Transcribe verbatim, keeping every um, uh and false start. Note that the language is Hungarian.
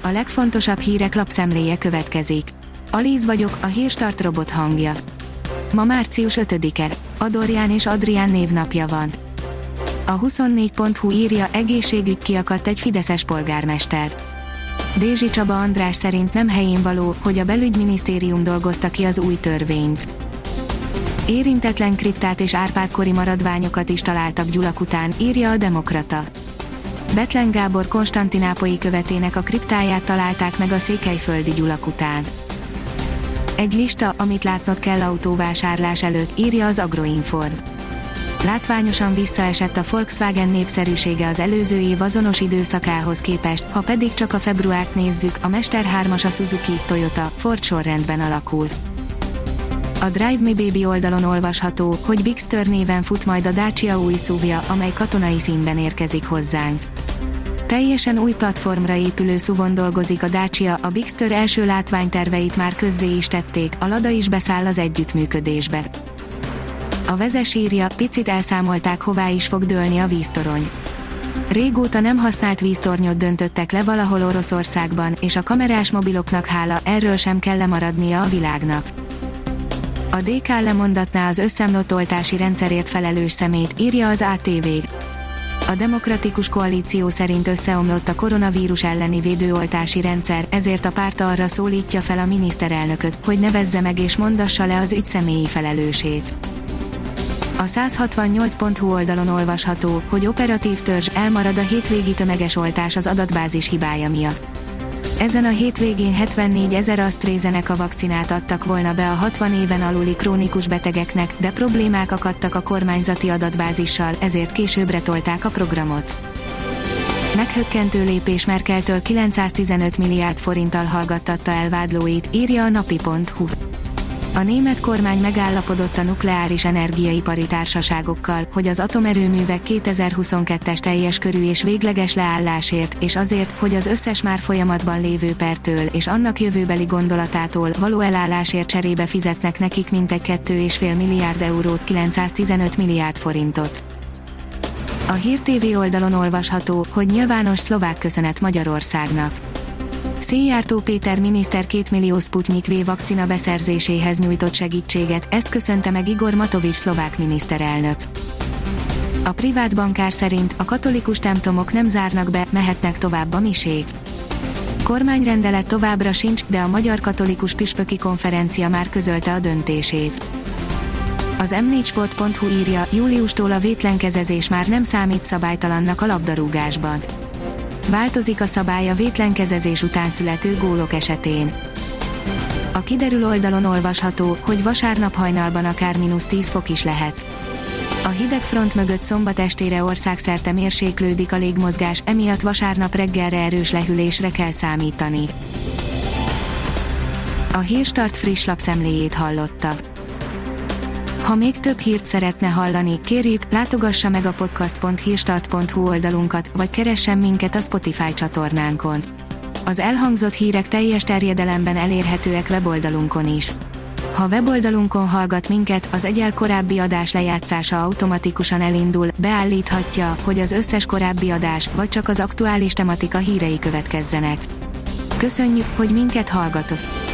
A legfontosabb hírek lapszemléje következik. Alíz vagyok, a Hírstart robot hangja. Ma március ötödike, Adorján és Adrián névnapja van. A huszonnégy pont hu írja, egészségügy kiakadt egy fideszes polgármester. Dézsi Csaba András szerint nem helyén való, hogy a belügyminisztérium dolgozta ki az új törvényt. Érintetlen kriptát és Árpád-kori maradványokat is találtak Gyulak után, írja a Demokrata. Bethlen Gábor konstantinápolyi követének a kriptáját találták meg a székelyföldi Gyulak után. Egy lista, amit látnod kell autóvásárlás előtt, írja az Agroinform. Látványosan visszaesett a Volkswagen népszerűsége az előző év azonos időszakához képest, ha pedig csak a februárt nézzük, a Mester hármas a Suzuki, Toyota, Ford sorrendben alakul. A Drive Me Baby oldalon olvasható, hogy Bigster néven fut majd a Dacia új es u vé-ja, amely katonai színben érkezik hozzánk. Teljesen új platformra épülő es u vé-on dolgozik a Dacia, a Bigster első látványterveit már közzé is tették, a Lada is beszáll az együttműködésbe. A Vezes írja, picit elszámolták, hová is fog dőlni a víztorony. Régóta nem használt víztornyot döntöttek le valahol Oroszországban, és a kamerás mobiloknak hála, erről sem kell lemaradnia a világnak. A dé ká lemondatná az összeomlott oltási rendszerért felelős szemét, írja az á té vé. A Demokratikus Koalíció szerint összeomlott a koronavírus elleni védőoltási rendszer, ezért a párt arra szólítja fel a miniszterelnököt, hogy nevezze meg és mondassa le az ügy személyi felelősét. A száz hatvannyolc pont hu oldalon olvasható, hogy operatív törzs, elmarad a hétvégi tömeges oltás az adatbázis hibája miatt. Ezen a hétvégén hetvennégy ezer AstraZeneca vakcinát adtak volna be a hatvan éven aluli krónikus betegeknek, de problémák akadtak a kormányzati adatbázissal, ezért későbbre tolták a programot. Meghökkentő lépés Merkeltől kilencszáztizenöt milliárd forinttal hallgattatta el vádlóit, írja a napi pont hu. A német kormány megállapodott a nukleáris energiaipari társaságokkal, hogy az atomerőművek kétezer-huszonkettes teljes körű és végleges leállásért, és azért, hogy az összes már folyamatban lévő pertől és annak jövőbeli gondolatától való elállásért cserébe fizetnek nekik mintegy két egész öt milliárd eurót, kilencszáztizenöt milliárd forintot. A Hír té vé oldalon olvasható, hogy nyilvános szlovák köszönet Magyarországnak. Széjjártó Péter miniszter két millió Sputnik V vakcina beszerzéséhez nyújtott segítséget, ezt köszönte meg Igor Matovics szlovák miniszterelnök. A privát bankár szerint a katolikus templomok nem zárnak be, mehetnek tovább a misék. Kormányrendelet továbbra sincs, de a Magyar Katolikus Püspöki Konferencia már közölte a döntését. Az em négy sport pont hu írja, júliustól a vétlenkezezés már nem számít szabálytalannak a labdarúgásban. Változik a szabály a vétlenkezezés után születő gólok esetén. A kiderül oldalon olvasható, hogy vasárnap hajnalban akár mínusz tíz fok is lehet. A hideg front mögött szombat estére országszerte mérséklődik a légmozgás, emiatt vasárnap reggelre erős lehűlésre kell számítani. A Hírstart friss lapszemléjét hallotta. Ha még több hírt szeretne hallani, kérjük, látogassa meg a podcast pont hírstart pont hu oldalunkat, vagy keressen minket a Spotify csatornánkon. Az elhangzott hírek teljes terjedelemben elérhetőek weboldalunkon is. Ha weboldalunkon hallgat minket, az egyel korábbi adás lejátszása automatikusan elindul, beállíthatja, hogy az összes korábbi adás, vagy csak az aktuális tematika hírei következzenek. Köszönjük, hogy minket hallgatott!